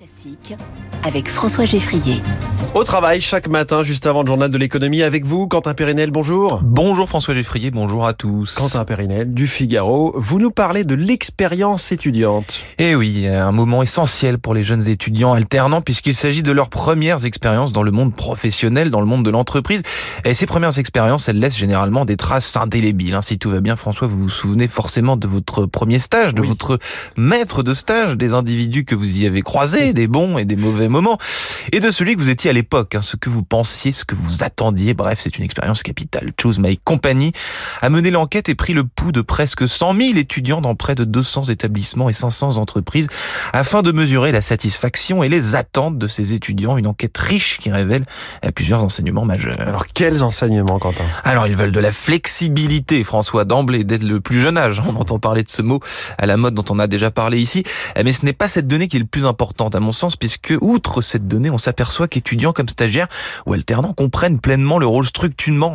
Classique avec François Geffrier. Au travail, chaque matin, juste avant le journal de l'économie, avec vous, Quentin Périnel, bonjour. Bonjour François Geffrier, bonjour à tous. Quentin Périnel, du Figaro, vous nous parlez de l'expérience étudiante. Eh oui, un moment essentiel pour les jeunes étudiants alternants, puisqu'il s'agit de leurs premières expériences dans le monde professionnel, dans le monde de l'entreprise. Et ces premières expériences, elles laissent généralement des traces indélébiles. Si tout va bien, François, vous vous souvenez forcément de votre premier stage, de votre maître de stage, des individus que vous y avez croisés, des bons et des mauvais moments, et de celui que vous étiez à l'époque, ce que vous pensiez, ce que vous attendiez. Bref, c'est une expérience capitale. Choose My Company a mené l'enquête et pris le pouls de presque 100 000 étudiants dans près de 200 établissements et 500 entreprises afin de mesurer la satisfaction et les attentes de ces étudiants. Une enquête riche qui révèle plusieurs enseignements majeurs. Alors, quels enseignements, Quentin ? Alors, ils veulent de la flexibilité, François, d'emblée, dès le plus jeune âge. On entend parler de ce mot à la mode dont on a déjà parlé ici. Mais ce n'est pas cette donnée qui est le plus importante, à mon sens, puisque, outre cette donnée, on s'aperçoit qu'étudiants comme stagiaires ou alternants comprennent pleinement le rôle structurant,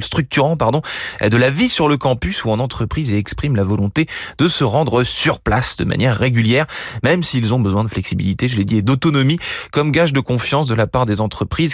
de la vie sur le campus ou en entreprise et expriment la volonté de se rendre sur place de manière régulière, même s'ils ont besoin de flexibilité, je l'ai dit, et d'autonomie, comme gage de confiance de la part des entreprises.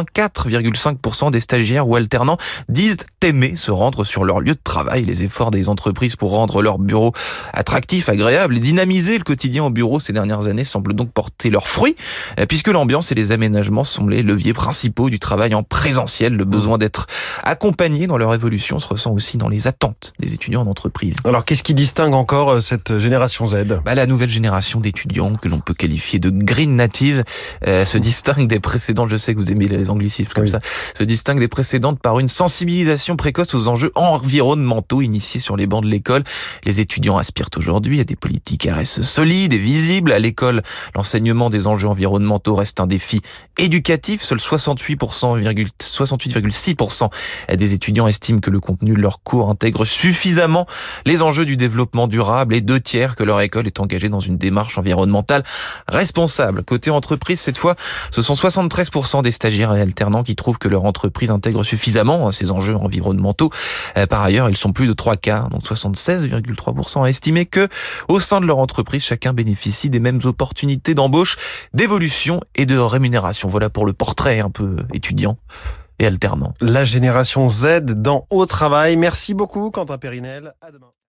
84,5% des stagiaires ou alternants disent aimer se rendre sur leur lieu de travail. Les efforts des entreprises pour rendre leur bureau attractif, agréable et dynamiser le quotidien au bureau ces dernières années semblent donc porter leurs fruits, puisque l'ambiance et les aménagements sont les leviers principaux du travail en présentiel. Le besoin d'être accompagné dans leur évolution se ressent aussi dans les attentes des étudiants en entreprise. Alors, qu'est-ce qui distingue encore cette génération Z ? La nouvelle génération d'étudiants, que l'on peut qualifier de green native, se distingue des précédentes, je sais que vous aimez les anglicismes comme ça, se distingue des précédentes par une sensibilisation précoce aux enjeux environnementaux initiés sur les bancs de l'école. Les étudiants aspirent aujourd'hui à des politiques RSE solides et visibles. À l'école, l'enseignement des enjeux environnementaux reste un défi éducatif. Seuls 68,6% des étudiants estiment que le contenu de leur cours intègre suffisamment les enjeux du développement durable et 2/3 que leur école est engagée dans une démarche environnementale responsable. Côté entreprise, cette fois, ce sont 73% des stagiaires et alternants qui trouvent que leur entreprise intègre suffisamment ces enjeux environnementaux. Par ailleurs, ils sont plus de 3/4, donc 76,3% à estimer que, au sein de leur entreprise, chacun bénéficie des mêmes opportunités d'embauche, d'évolution et de rémunération. Voilà pour le portrait un peu étudiant et alternant. La génération Z dans Au travail. Merci beaucoup, Quentin Périnel. À demain.